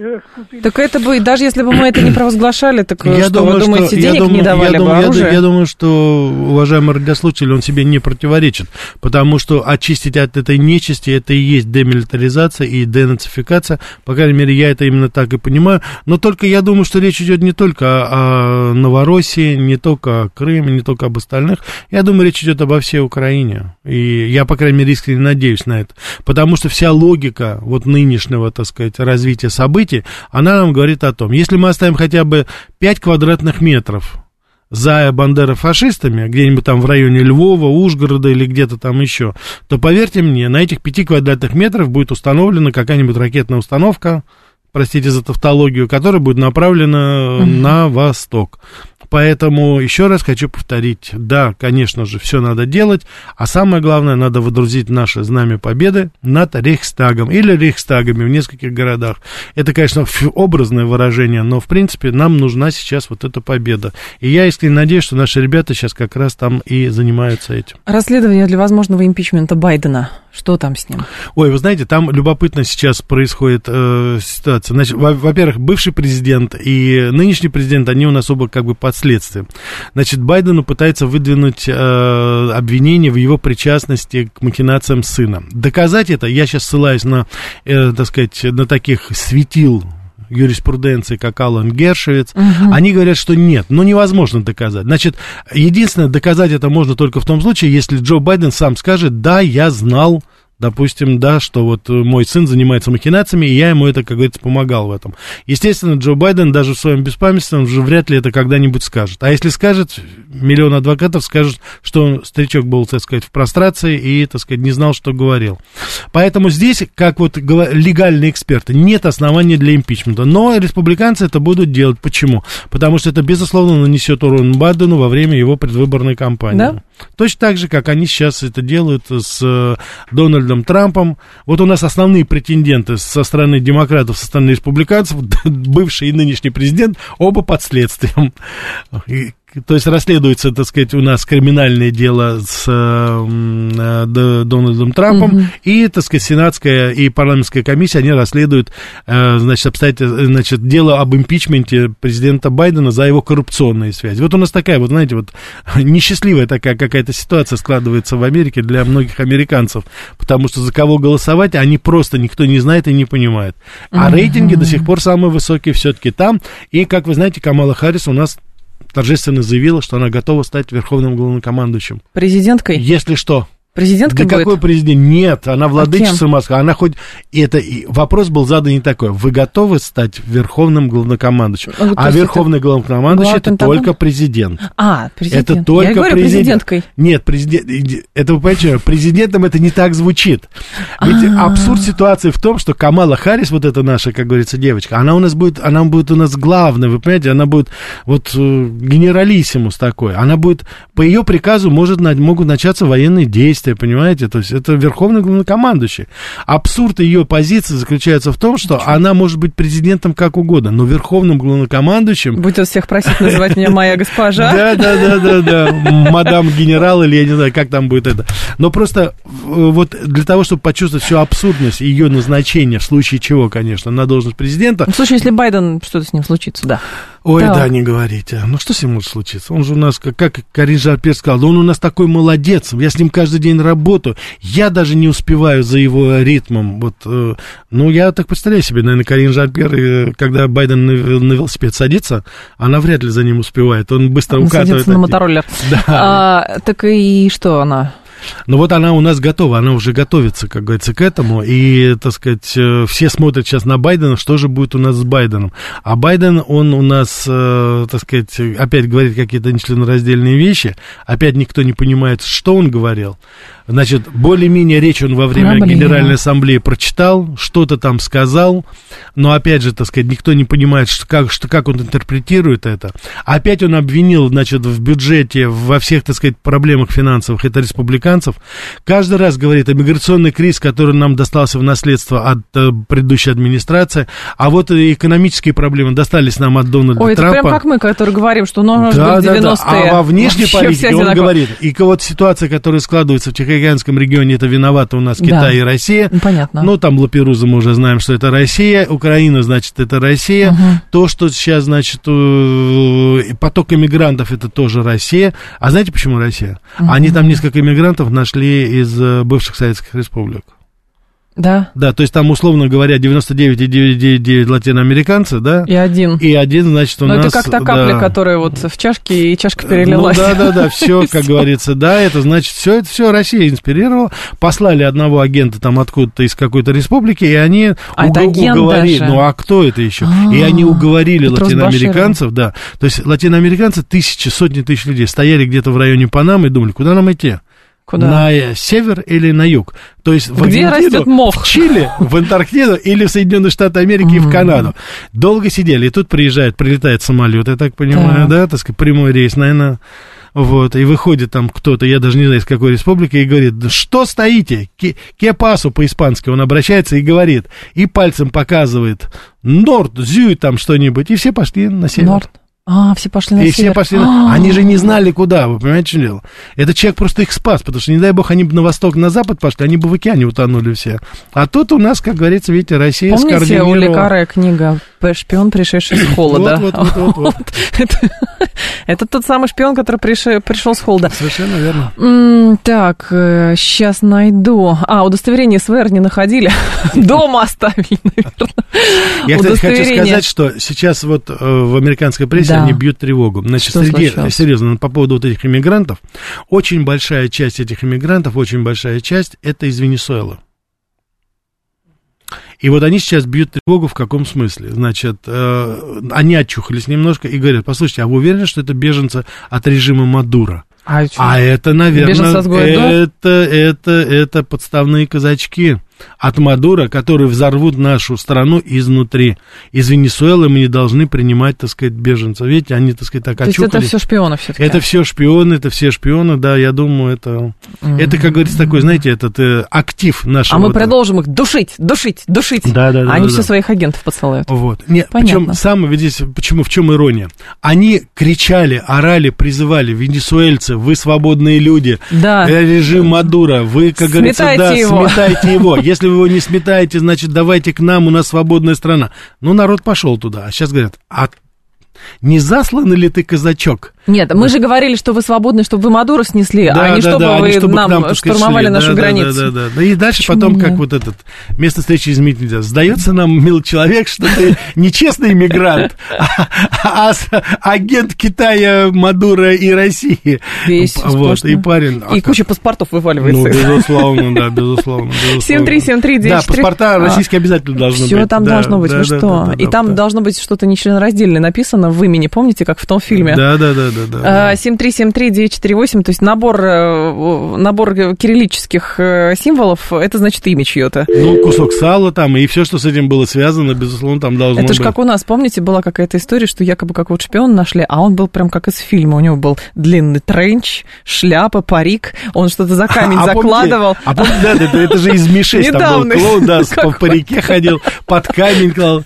Так это бы, даже если бы мы это не провозглашали, так я что, думаю, вы думаете, что, денег думаю, не давали я бы думаю, оружие? Я, я думаю, что, уважаемый радиослушатель, он себе не противоречит, потому что очистить от этой нечисти, это и есть демилитаризация и денацификация, по крайней мере, я это именно так и понимаю, но только я думаю, что речь идет не только о, о Новороссии, не только о Крыме, не только об остальных, я думаю, речь идет обо всей Украине, и я, по крайней мере, искренне надеюсь на это, потому что вся логика вот нынешнего, так сказать, развития событий, она нам говорит о том, если мы оставим хотя бы пять квадратных метров за бандерофашистами, где-нибудь там в районе Львова, Ужгорода или где-то там еще, то, поверьте мне, на этих пяти квадратных метрах будет установлена какая-нибудь ракетная установка, простите за тавтологию, которая будет направлена mm-hmm. на восток. Поэтому еще раз хочу повторить, да, конечно же, все надо делать, а самое главное, надо водрузить наше знамя победы над Рейхстагом или Рейхстагами в нескольких городах. Это, конечно, образное выражение, но, в принципе, нам нужна сейчас вот эта победа. И я искренне надеюсь, что наши ребята сейчас как раз там и занимаются этим. Расследование для возможного импичмента Байдена. Что там с ним? Ой, вы знаете, там любопытно сейчас происходит э, ситуация. Значит, во- во-первых, бывший президент и нынешний президент, они у нас оба как бы под следствием. Значит, Байдену пытается выдвинуть э, обвинение в его причастности к махинациям сына. Доказать это, я сейчас ссылаюсь на, э, так сказать, на таких светил юриспруденции, как Алан Гершевиц, угу. Они говорят, что нет, но невозможно доказать. Значит, единственное, доказать это можно только в том случае, если Джо Байден сам скажет, да, я знал, допустим, да, что вот мой сын занимается махинациями, и я ему это, как говорится, помогал в этом. Естественно, Джо Байден даже в своем беспамятстве, он же вряд ли это когда-нибудь скажет. А если скажет, миллион адвокатов скажут, что старичок был, так сказать, в прострации и, так сказать, не знал, что говорил. Поэтому здесь, как вот легальные эксперты, нет оснований для импичмента. Но республиканцы это будут делать. Почему? Потому что это, безусловно, нанесет урон Байдену во время его предвыборной кампании. Да? Точно так же, как они сейчас это делают с Дональдом Трампом. Вот у нас основные претенденты со стороны демократов, со стороны республиканцев, бывший и нынешний президент, оба под следствием. И то есть расследуется, так сказать, у нас криминальное дело с э, Дональдом Трампом, угу. и, так сказать, сенатская и парламентская комиссия, они расследуют, э, значит, обстоятельства, значит, дело об импичменте президента Байдена за его коррупционные связи. Вот у нас такая, вот, знаете, вот несчастливая такая какая-то ситуация складывается в Америке для многих американцев, потому что за кого голосовать, они просто никто не знает и не понимает. А угу. рейтинги до сих пор самые высокие все-таки там, и, как вы знаете, Камала Харрис у нас торжественно заявила, что она готова стать верховным главнокомандующим. Президенткой? Если что. Президенткой да будет? Какой президент? Нет, она владычица а Москвы. Она хоть... Это... Вопрос был задан не такой. Вы готовы стать верховным главнокомандующим? Ну, а верховный это... главнокомандующий это только президент. А, президент. Это только Я говорю президент. президенткой. Нет, президент... Это вы понимаете, президентом это не так звучит. Ведь А-а-а. абсурд ситуации в том, что Камала Харрис, вот эта наша, как говорится, девочка, она у нас будет, она будет у нас главной, вы понимаете, она будет вот генералиссимус такой. Она будет, по ее приказу может, могут начаться военные действия, понимаете, то есть это верховный главнокомандующий. Абсурд ее позиции заключается в том, что она может быть президентом как угодно, но верховным главнокомандующим... Будет вас всех просить называть меня моя госпожа. Да, да, да, да, да, мадам генерал, или я не знаю, как там будет это. Но просто вот для того, чтобы почувствовать всю абсурдность ее назначения, в случае чего, конечно, на должность президента... В случае, если Байден, что-то с ним случится, да. Ой, так. да, не говорите. Ну, что с ним может случиться? Он же у нас, как, как Карин Жан-Пьер сказал, он у нас такой молодец, я с ним каждый день работаю, я даже не успеваю за его ритмом. Вот, э, ну, я так представляю себе, наверное, Карин Жан-Пьер, э, когда Байден на, на велосипед садится, она вряд ли за ним успевает, он быстро он укатывает. Садится на мотороллер. Да. А, так и что она? Ну вот она у нас готова, она уже готовится, как говорится, к этому, и, так сказать, все смотрят сейчас на Байдена, что же будет у нас с Байденом. А Байден, он у нас, так сказать, опять говорит какие-то нечленораздельные вещи, опять никто не понимает, что он говорил. Значит, более-менее речь он во время Проблема. Генеральной Ассамблеи прочитал, что-то там сказал, но, опять же, так сказать, никто не понимает, что, как, что, как он интерпретирует это. Опять он обвинил, значит, в бюджете, во всех, так сказать, проблемах финансовых, это республиканцев. Каждый раз говорит о миграционный кризис, который нам достался в наследство от э, предыдущей администрации, а вот и экономические проблемы достались нам от Дональда Ой, Трампа. Ой, это прям как мы, которые говорим, что ну, может да, быть девяностые. Да, да. А во внешней политике он говорит, и вот ситуация, которая складывается в Тихоокеанском регионе, это виновата у нас Китай да. и Россия. Ну, понятно. Ну, там Лаперуза мы уже знаем, что это Россия, Украина, значит, это Россия. Угу. То, что сейчас, значит, поток иммигрантов, это тоже Россия. А знаете, почему Россия? Угу. Они там несколько иммигрантов нашли из бывших советских республик. Да. Да, то есть там, условно говоря, девяносто девять целых девятьсот девяносто девять латиноамериканцы, да? И один. И один, значит, у Но нас... это как та капля, да. которая вот в чашке, и чашка перелилась. Ну, да-да-да, все, как говорится, да, это значит, все это все Россия инспирировала. Послали одного агента там откуда-то из какой-то республики, и они а уг- уговорили... даже. Ну, а кто это еще? А-а-а. И они уговорили Петрос латиноамериканцев, Баширов. Да. То есть латиноамериканцы, тысячи, сотни тысяч людей стояли где-то в районе Панамы и думали, куда нам идти? Куда? На север или на юг? То есть в Где растет мох? В Чили, в Антарктиду или в Соединенные Штаты Америки и в Канаду. Долго сидели, и тут приезжает, прилетает самолет, я так понимаю, да, так сказать, прямой рейс, наверное, вот, и выходит там кто-то, я даже не знаю, из какой республики, и говорит, что стоите? Ке пасу по-испански, он обращается и говорит, и пальцем показывает, норд, зюй там что-нибудь, и все пошли на север. Норд. А, все пошли на и север. Все пошли на... Они же не знали, куда, вы понимаете, что дело? Этот человек просто их спас, потому что, не дай бог, они бы на восток, на запад пошли, они бы в океане утонули все. А тут у нас, как говорится, видите, Россия Помните, скоординировала... Помните, у Ле Карре книга «Шпион, пришедший с холода»? Вот, вот, вот, вот. Это тот самый шпион, который пришел с холода. Совершенно верно. Так, сейчас найду. А, удостоверение СВР не находили. Дома оставили, наверное. Я, кстати, хочу сказать, что сейчас вот в американской прессе они бьют тревогу. Значит, среди, серьезно, по поводу вот этих иммигрантов, очень большая часть этих иммигрантов, очень большая часть, это из Венесуэлы. И вот они сейчас бьют тревогу в каком смысле? Значит, э, они очухались немножко и говорят, послушайте, а вы уверены, что это беженцы от режима Мадуро? А, а это, наверное, это, это, это подставные казачки. от Мадуро, которые взорвут нашу страну изнутри. Из Венесуэлы мы не должны принимать, так сказать, беженцев. Видите, они, так сказать, так очухались. То есть это все шпионы все-таки? Это все шпионы, это все шпионы, да, я думаю, это... Mm-hmm. Это, как говорится, такой, знаете, этот э, актив нашего... А мы продолжим их душить, душить, душить. Да, да, да. Они да, все да. своих агентов посылают. Вот. Нет, причем самое, ведь здесь, почему, в чем ирония? Они кричали, орали, призывали: венесуэльцы, вы свободные люди, да. режим Мадуро, вы, как сметайте говорится, да, его. сметайте его. Если вы его не сметаете, значит, давайте к нам, у нас свободная страна. Ну, народ пошел туда. А сейчас говорят: а не засланный ли ты, казачок? Нет, мы же говорили, что вы свободны, чтобы вы Мадуро снесли, да, а не да, чтобы да, вы чтобы нам, нам штурмовали шли. нашу да, границу. Да, да, да, да. И дальше Почему потом, нет? как вот этот, место встречи изменить нельзя. Сдается нам, мил человек, что ты не честный иммигрант, а, а агент Китая, Мадуро и России. Весь, вот, и парень. И куча паспортов вываливается. Ну, безусловно, да, безусловно. семь три семь три девять четыре. Да, паспорта российские обязательно должны быть. Все там да, должно быть, да, вы да, что? Да, да, и да, там да. должно быть что-то нечленораздельное написано в имени, помните, как в том фильме? Да, да, да, да. да. семь три семь три девять четыре восемь, то есть набор, набор кириллических символов, это значит имя чье-то. Ну, кусок сала там, и все, что с этим было связано, безусловно, там должно это быть. Это же как у нас, помните, была какая-то история, что якобы какого-то шпиона нашли, а он был прям как из фильма, у него был длинный тренч, шляпа, парик, он что-то за камень а, закладывал. А помните, да, это, это же из Ми шесть, там был клоун, да, по парике ходил, под камень клал.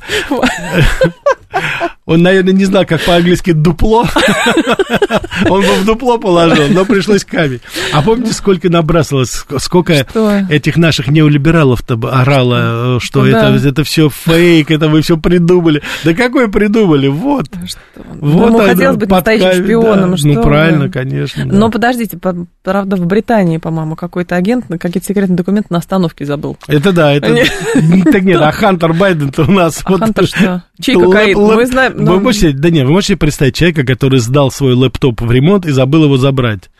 Он, наверное, не знал, как по-английски дупло. Он бы в дупло положил, но пришлось камень. А помните, сколько набрасывалось, сколько что? Этих наших неолибералов-то орало, что да. это, это все фейк, это вы все придумали. Да какое придумали? Вот. Вот ему хотелось быть настоящим шпионом. Да. Что ну, вы? правильно, конечно. Да. Но подождите, правда, в Британии, по-моему, какой-то агент какие-то секретные документы на остановке забыл. Это да, это... Так нет, а Хантер Байден-то у нас... А Хантер что? Чей кокаин? Мы знаем... Вы можете, да нет, вы можете представить человека, который сдал свой лэптоп в ремонт и забыл его забрать?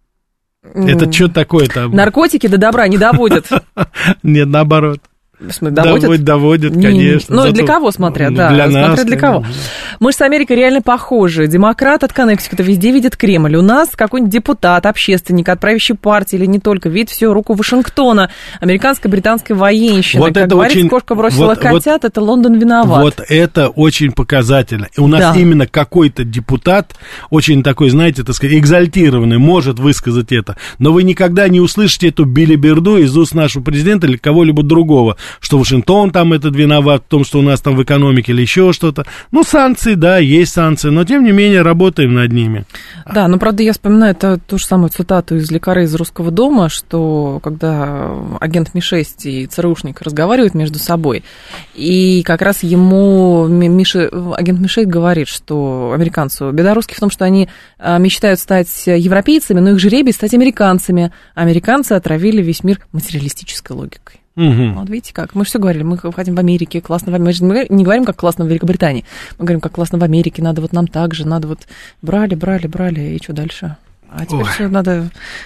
Это что такое там? Наркотики до добра не доводят. Нет, наоборот. В смысле, доводят? Доводят, доводят, конечно. Ну, Зато... для кого смотря, ну, да. Для смотря нас, для кого. Конечно. Мы же с Америкой реально похожи. Демократ от Коннектикута везде видит Кремль. У нас какой-нибудь депутат, общественник от правящей партии или не только, видит всю руку Вашингтона. Американско-британская военщина. Вот как это говорится, очень... кошка бросила вот, котят, вот, это Лондон виноват. Вот это очень показательно. И у нас да. именно какой-то депутат, очень такой, знаете, так сказать, экзальтированный, может высказать это. Но вы никогда не услышите эту билиберду из уст нашего президента или кого-либо другого, что Вашингтон там этот виноват в том, что у нас там в экономике или еще что-то. Ну, санкции, да, есть санкции, но тем не менее работаем над ними. Да, но правда я вспоминаю это, ту же самую цитату из лекаря из Русского дома, что когда агент Ми шесть и ЦРУшник разговаривают между собой, и как раз ему Миша, агент Ми шесть говорит, что американцу беда русских в том, что они мечтают стать европейцами, но их жребий стать американцами. Американцы отравили весь мир материалистической логикой. Угу. Вот видите как, мы же все говорили, мы хотим в Америке, классно в Америке, мы не говорим, как классно в Великобритании, мы говорим, как классно в Америке, надо вот нам так же, надо вот брали, брали, брали, и что дальше? А теперь все надо...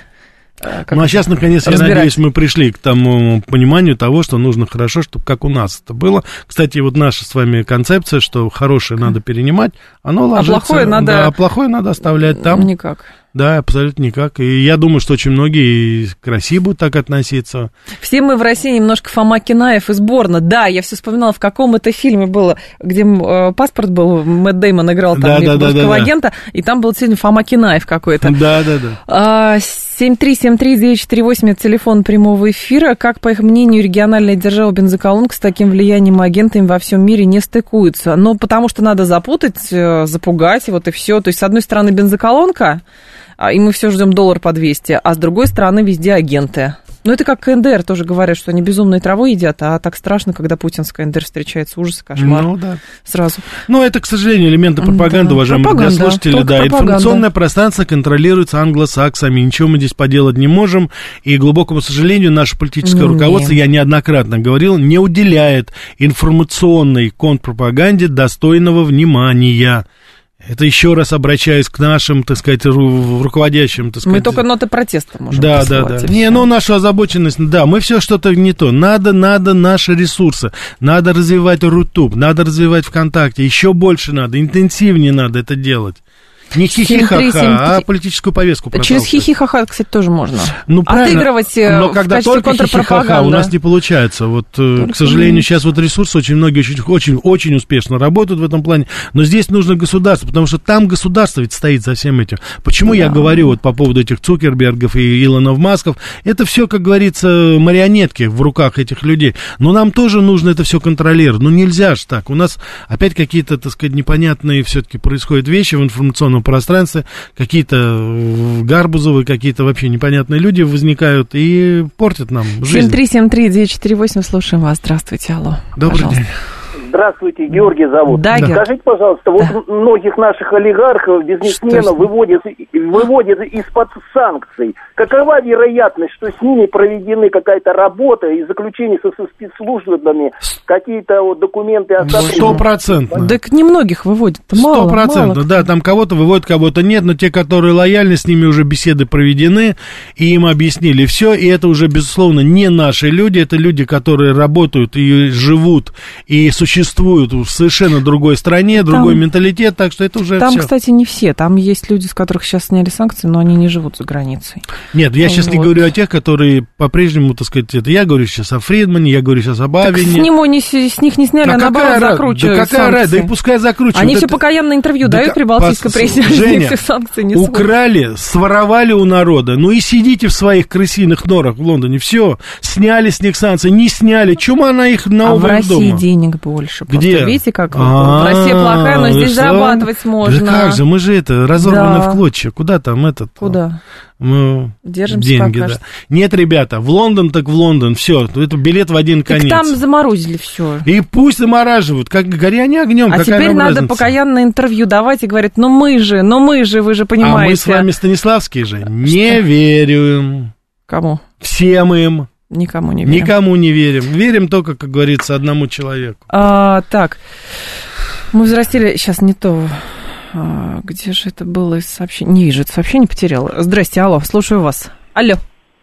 Ну, а сейчас, наконец, разбирать. Я надеюсь, мы пришли к тому пониманию того, что нужно хорошо, чтобы как у нас это было. Кстати, вот наша с вами концепция, что хорошее надо перенимать, оно ложится... А плохое надо... Да, а плохое надо оставлять там. Никак. Да, абсолютно никак. И я думаю, что очень многие к России будут так относиться. Все мы в России немножко Фома Кинаев из Борна. Да, я все вспоминала, в каком это фильме было, где э, паспорт был, Мэтт Дэймон играл там да, да, да, да, агента, да. И там был сегодня Фома Кинаев какой-то. Да, да, да. семь три семь три девять четыре восемь это телефон прямого эфира. Как, по их мнению, региональная держава Бензоколонка с таким влиянием и агентами во всем мире не стыкуется? Ну, потому что надо запутать, запугать, вот и все. То есть, с одной стороны, бензоколонка, и мы все ждем доллар по двести, а с другой стороны везде агенты. Ну, это как КНДР тоже говорят, что они безумной травой едят, а так страшно, когда Путин с КНДР встречается, ужас, кошмар. Ну, да. Сразу. Ну, это, к сожалению, элементы пропаганды, да. уважаемые пропаганда, радиослушатели. Да, информационное пространство контролируется англосаксами, ничего мы здесь поделать не можем, и, к глубокому сожалению, наше политическое ну, руководство, нет. я неоднократно говорил, не уделяет информационной контрпропаганде достойного внимания. Это еще раз обращаюсь к нашим, так сказать, ру- руководящим, так сказать. Мы только ноты протеста можем да, посылать. Да, да, да. Не, ну, нашу озабоченность, да, мы все что-то не то. Надо, надо наши ресурсы. Надо развивать Рутуб, надо развивать ВКонтакте. Еще больше надо, интенсивнее надо это делать. Не хихи-ха-ха, а политическую повестку продолжать. Через хихи-ха-ха, кстати, тоже можно. Ну, отыгрывать но в когда качестве только хихи-ха-ха, у нас не получается. Вот, только к сожалению, сейчас вот ресурсы очень многие очень, очень, очень успешно работают в этом плане, но здесь нужно государство, потому что там государство ведь стоит за всем этим. Почему да. я говорю вот по поводу этих Цукербергов и Илонов Масков? Это все, как говорится, марионетки в руках этих людей. Но нам тоже нужно это все контролировать. Ну, нельзя же так. У нас опять какие-то, так сказать, непонятные все-таки происходят вещи в информационном пространстве, какие-то Гарбузовы, какие-то вообще непонятные люди возникают и портят нам жизнь. семь три семь три девять четыре восемь, слушаем вас. Здравствуйте, алло. Добрый пожалуйста. день. Здравствуйте, Георгий зовут. Да, да. Скажите, пожалуйста, вот да. многих наших олигархов, бизнесменов выводят, выводят из-под санкций. Какова вероятность, что с ними проведены какая-то работа и заключение со спецслужбами, какие-то вот документы о сотрудничестве? Сто процентов. Так немногих выводят, мало. Сто процентов, да, там кого-то выводят, кого-то нет, но те, которые лояльны, с ними уже беседы проведены, и им объяснили все, и это уже, безусловно, не наши люди, это люди, которые работают и живут, и существуют в совершенно другой стране, другой там, менталитет, так что это уже Там, все. Кстати, не все. Там есть люди, с которых сейчас сняли санкции, но они не живут за границей. Нет, я сейчас вот. не говорю о тех, которые по-прежнему, так сказать, это я говорю сейчас о Фридмане, я говорю сейчас об Авине. Так с, нему не, с них не сняли, а, а наоборот закручивают да какая санкции. Да и пускай закручивают. Они это... все покаянное интервью да, дают при Балтийской прессе. Женя, всех санкций не украли, своровали у народа, ну и сидите в своих крысиных норах в Лондоне, все, сняли с них санкции, не сняли, чему она их на А в России дома? Денег больше. Где? Просто видите, как Россия плохая, но здесь зарабатывать можно. Да как же, мы же это, разорваны в клочья. Куда там этот? Куда? Мы держимся, деньги, да. Нет, ребята, в Лондон так в Лондон, все, это билет в один конец. Так там заморозили все. И пусть замораживают, как горя огнем. А теперь надо разница? Покаянное интервью давать и говорить, ну мы же, ну мы же, вы же понимаете. А мы с вами Станиславские же не Что? верим. Кому? Всем им. Никому не верим. Никому не верим. Верим только, как говорится, одному человеку. А, так, мы взрастили, сейчас не то, а, где же это было из сообщений? Не вижу, это сообщение потеряла. Здрасте, алло, слушаю вас. Алло.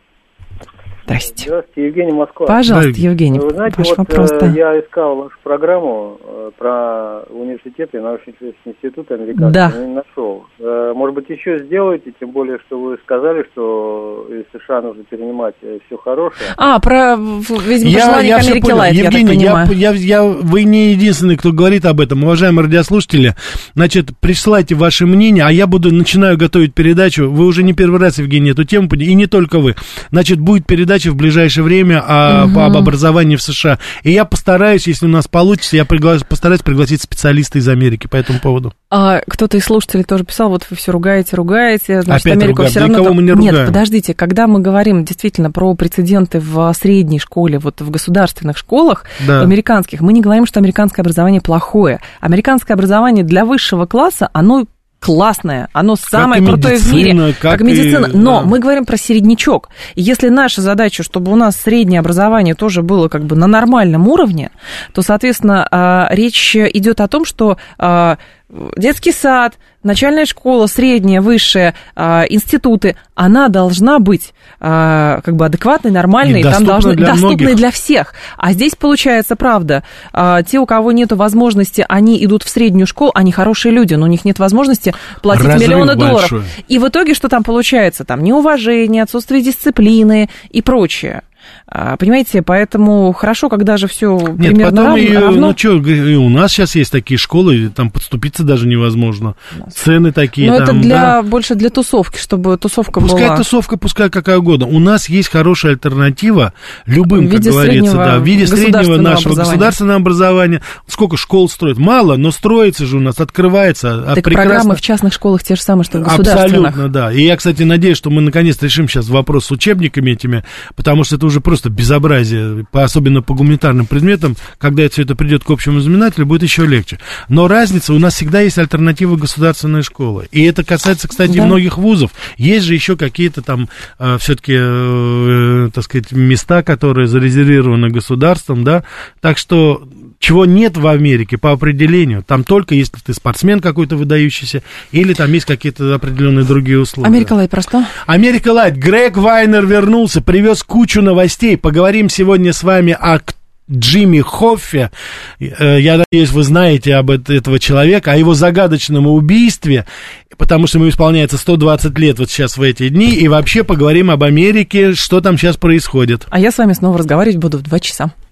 Здрасте. Здравствуйте, Евгений, Москва. Пожалуйста, да, Евгений, вы знаете, ваш вот вопрос, да. Я искал вашу программу про университеты и научно-исследовательские институты американские, да. но не нашел. Может быть, еще сделаете, тем более, что вы сказали, что из США нужно перенимать все хорошее. А, про, видимо, я, пожелание я к Америке Лайт, я Евгений, так понимаю. Я, я, я, вы не единственный, кто говорит об этом. Уважаемые радиослушатели, значит, присылайте ваши мнения, а я буду, начинаю готовить передачу. Вы уже не первый раз, Евгений, эту тему, и не только вы. Значит, будет передача в ближайшее время о, угу. об образовании в США. И я постараюсь, если у нас получится, я пригла... постараюсь пригласить специалиста из Америки по этому поводу. А кто-то из слушателей тоже писал, вот вы все ругаете, ругаете, значит, Опять Америку ругаем. все равно... Никого там... мы не ругаем. Нет, подождите, когда мы говорим действительно про прецеденты в средней школе, вот в государственных школах, да. американских, мы не говорим, что американское образование плохое. Американское образование для высшего класса, оно... классное, оно самое как крутое медицина, в мире, как, как медицина, и, но да. мы говорим про середнячок. И если наша задача, чтобы у нас среднее образование тоже было как бы на нормальном уровне, то, соответственно, речь идет о том, что детский сад, начальная школа, средняя, высшая, институты, она должна быть как бы адекватной, нормальной, и там должны для доступной многих. для всех. А здесь получается, правда, те, у кого нет возможности, они идут в среднюю школу, они хорошие люди, но у них нет возможности платить Разрыв миллионы большой. долларов. И в итоге что там получается? Там неуважение, отсутствие дисциплины и прочее. Понимаете, поэтому хорошо, когда же все примерно потом равно. И, равно. Ну что, и у нас сейчас есть такие школы, там подступиться даже невозможно. Цены такие. Но там, это для, да. больше для тусовки, чтобы тусовка пускай была. Пускай тусовка, пускай какая угодно. У нас есть хорошая альтернатива любым, как говорится, да, в виде среднего нашего государственного образования. Сколько школ строят? Мало, но строится же у нас, открывается. Так прекрасно... программы в частных школах те же самые, что в государственных. Абсолютно, да. И я, кстати, надеюсь, что мы наконец решим сейчас вопрос с учебниками этими, потому что это уже просто безобразие, особенно по гуманитарным предметам. Когда все это придет к общему знаменателю, будет еще легче. Но разница, у нас всегда есть альтернатива государственной школы. И это касается, кстати, да. многих вузов. Есть же еще какие-то там э, все-таки, э, так сказать, места, которые зарезервированы государством, да. Так что чего нет в Америке по определению, там только если ты спортсмен какой-то выдающийся, или там есть какие-то определенные другие условия. Америка Лайт про что? Америка Лайт. Грег Вайнер вернулся, привез кучу новостей. Поговорим сегодня с вами о Джимми Хоффе. Я надеюсь, вы знаете об этого человека, о его загадочном убийстве, потому что ему исполняется сто двадцать лет вот сейчас в эти дни, и вообще поговорим об Америке, что там сейчас происходит. А я с вами снова разговаривать буду в два часа.